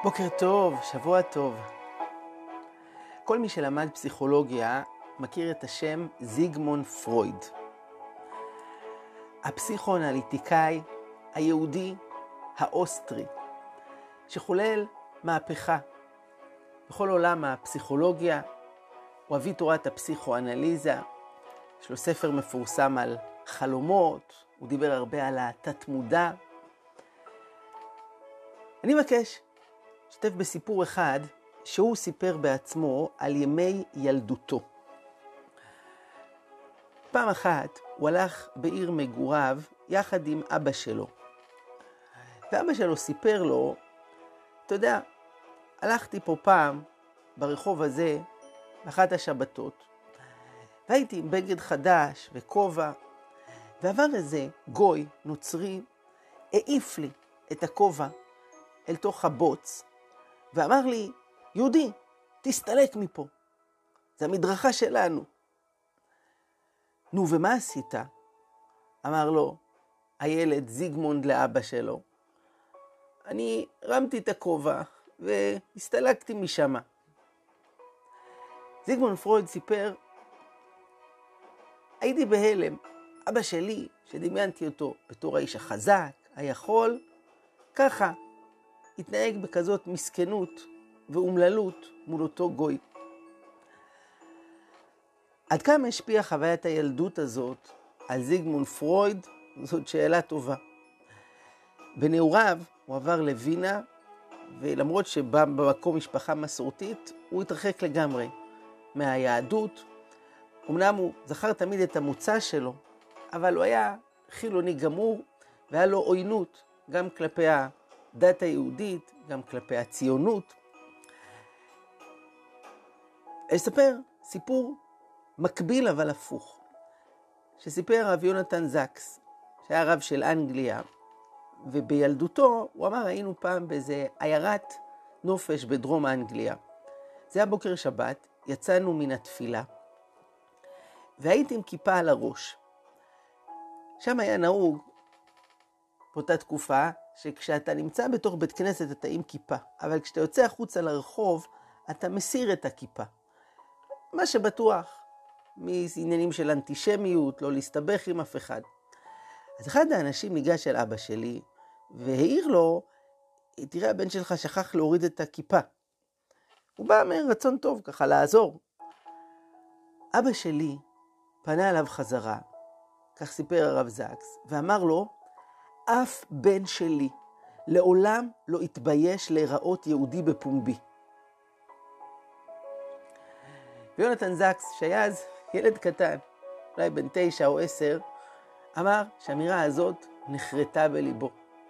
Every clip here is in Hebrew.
בוקר טוב, שבוע טוב. כל מי שלמד פסיכולוגיה מכיר את השם זיגמונד פרויד. הפסיכואנליטיקאי היהודי האוסטרי, שחולל מהפכה בכל עולם הפסיכולוגיה. הוא אבי תורת הפסיכואנליזה, יש לו ספר מפורסם על חלומות, הוא דיבר הרבה על התת מודע. אני מבקש לשתף בסיפור אחד שהוא סיפר בעצמו על ימי ילדותו. פעם אחת הוא הלך בעיר מגוריו יחד עם אבא שלו. ואבא שלו סיפר לו, אתה יודע, הלכתי פה פעם ברחוב הזה באחת השבתות, והייתי עם בגד חדש וכובע, ועבר איזה גוי נוצרי, העיף לי את הכובע אל תוך הבוץ, ואמר לי, יהודי, תסתלק מפה. זה המדרכה שלנו. נו, ומה עשית? אמר לו הילד זיגמונד לאבא שלו. אני רמתי את הכובע והסתלקתי משם. זיגמונד פרויד סיפר, הייתי בהלם. אבא שלי, שדמיינתי אותו בתור האיש החזק, היכול, ככה התנהג בכזאת מסכנות ואומללות מול אותו גוי. עד כמה השפיעה חוויית הילדות הזאת על זיגמונד פרויד? זאת שאלה טובה. בנעוריו הוא עבר לווינה, ולמרות שבא במקום משפחה מסורתית, הוא התרחק לגמרי מהיהדות. אמנם הוא זכר תמיד את המוצא שלו, אבל הוא היה חילוני גמור, והיה לו עוינות גם כלפי הדת היהודית, גם כלפי הציונות. אספר סיפור מקביל אבל הפוך, שסיפר רב יונתן זקס, שהיה רב של אנגליה, ובילדותו הוא אמר, היינו פעם באיזה עיירת נופש בדרום אנגליה. זה היה בוקר שבת, יצאנו מן התפילה, והייתי עם כיפה על הראש. שם היה נהוג באותה תקופה, שכשאתה נמצא בתוך בית כנסת אתה עם כיפה, אבל כשאתה יוצא החוצה לרחוב, אתה מסיר את הכיפה. מה שבטוח, מעניינים של אנטישמיות, לא להסתבך עם אף אחד. אז אחד האנשים ניגש אל אבא שלי, והעיר לו, תראה, הבן שלך שכח להוריד את הכיפה. הוא בא מרצון טוב, ככה לעזור. אבא שלי פנה אליו חזרה, כך סיפר הרב זקס, ואמר לו, אף בן שלי לעולם לא התבייש להיראות יהודי בפומבי. ויונתן זקס, שהיה אז ילד קטן, אולי בן 9 או 10, אמר שהאמירה הזאת נחרטה בליבו.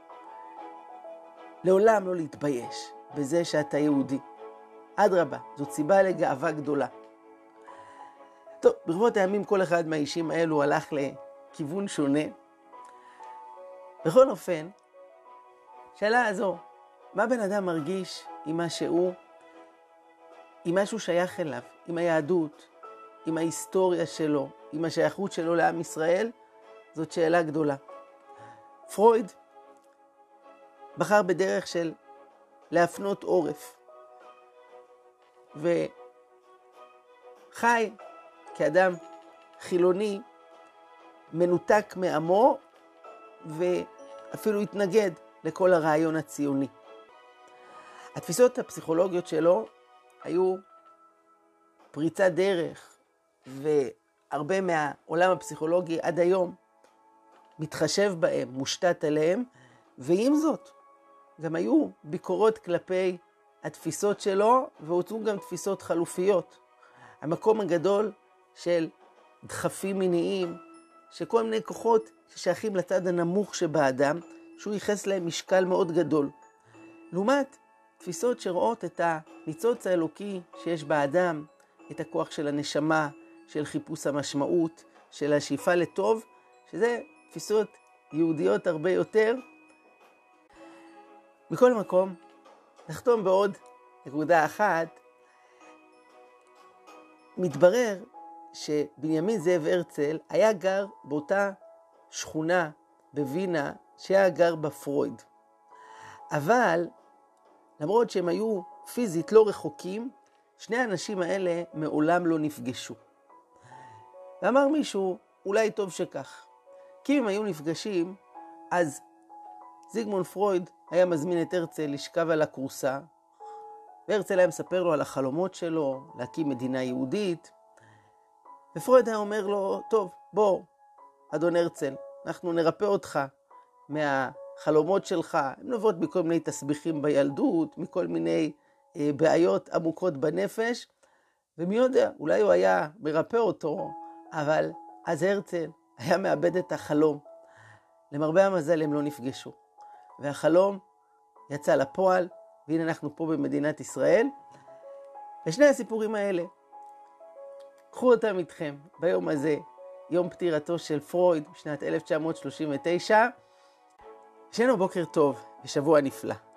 לעולם לא להתבייש בזה שאתה יהודי. אדרבה, זאת סיבה לגאווה גדולה. טוב, ברבות הימים כל אחד מהאישים האלו הלך לכיוון שונה. בכל אופן, שאלה הזו, מה בן אדם מרגיש עם מה שהוא, עם מה שהוא שייך אליו, עם היהדות, עם ההיסטוריה שלו, עם השייכות שלו לעם ישראל? זאת שאלה גדולה. פרויד בחר בדרך של להפנות עורף, וחי כאדם חילוני, מנותק מעמו, ואפילו התנגד לכל הרעיון הציוני. התפיסות הפסיכולוגיות שלו היו פריצת דרך, והרבה מהעולם הפסיכולוגי עד היום מתחשב בהם, מושתת עליהם, ועם זאת גם היו ביקורות כלפי התפיסות שלו, והוצאו גם תפיסות חלופיות. המקום הגדול של דחפים מיניים, שכל מיני כוחות ששייכים לצד הנמוך שבאדם, שהוא ייחס להם משקל מאוד גדול. לעומת תפיסות שרואות את הניצוץ האלוקי שיש באדם, את הכוח של הנשמה, של חיפוש המשמעות, של השאיפה לטוב, שזה תפיסות יהודיות הרבה יותר. מכל מקום, נחתום בעוד נקודה אחת. מתברר שבנימין זאב הרצל היה גר באותה שכונה בווינה שהיה גר בפרויד. אבל למרות שהם היו פיזית לא רחוקים, שני האנשים האלה מעולם לא נפגשו. ואמר מישהו, אולי טוב שכך. כי אם היו נפגשים, אז זיגמונד פרויד היה מזמין את הרצל לשכב על הכורסה, והרצל היה מספר לו על החלומות שלו, להקים מדינה יהודית, ופרויד היה אומר לו, טוב, בוא, אדון הרצל, אנחנו נרפא אותך מהחלומות שלך, הם נובעות מכל מיני תסביכים בילדות, מכל מיני בעיות עמוקות בנפש, ומי יודע, אולי הוא היה מרפא אותו, אבל אז הרצל היה מאבד את החלום. למרבה המזל הם לא נפגשו, והחלום יצא לפועל, והנה אנחנו פה במדינת ישראל. ושני הסיפורים האלה, קחו אותם איתכם ביום הזה, יום פטירתו של פרויד בשנת 1939. שיהיה לנו בוקר טוב ושבוע נפלא.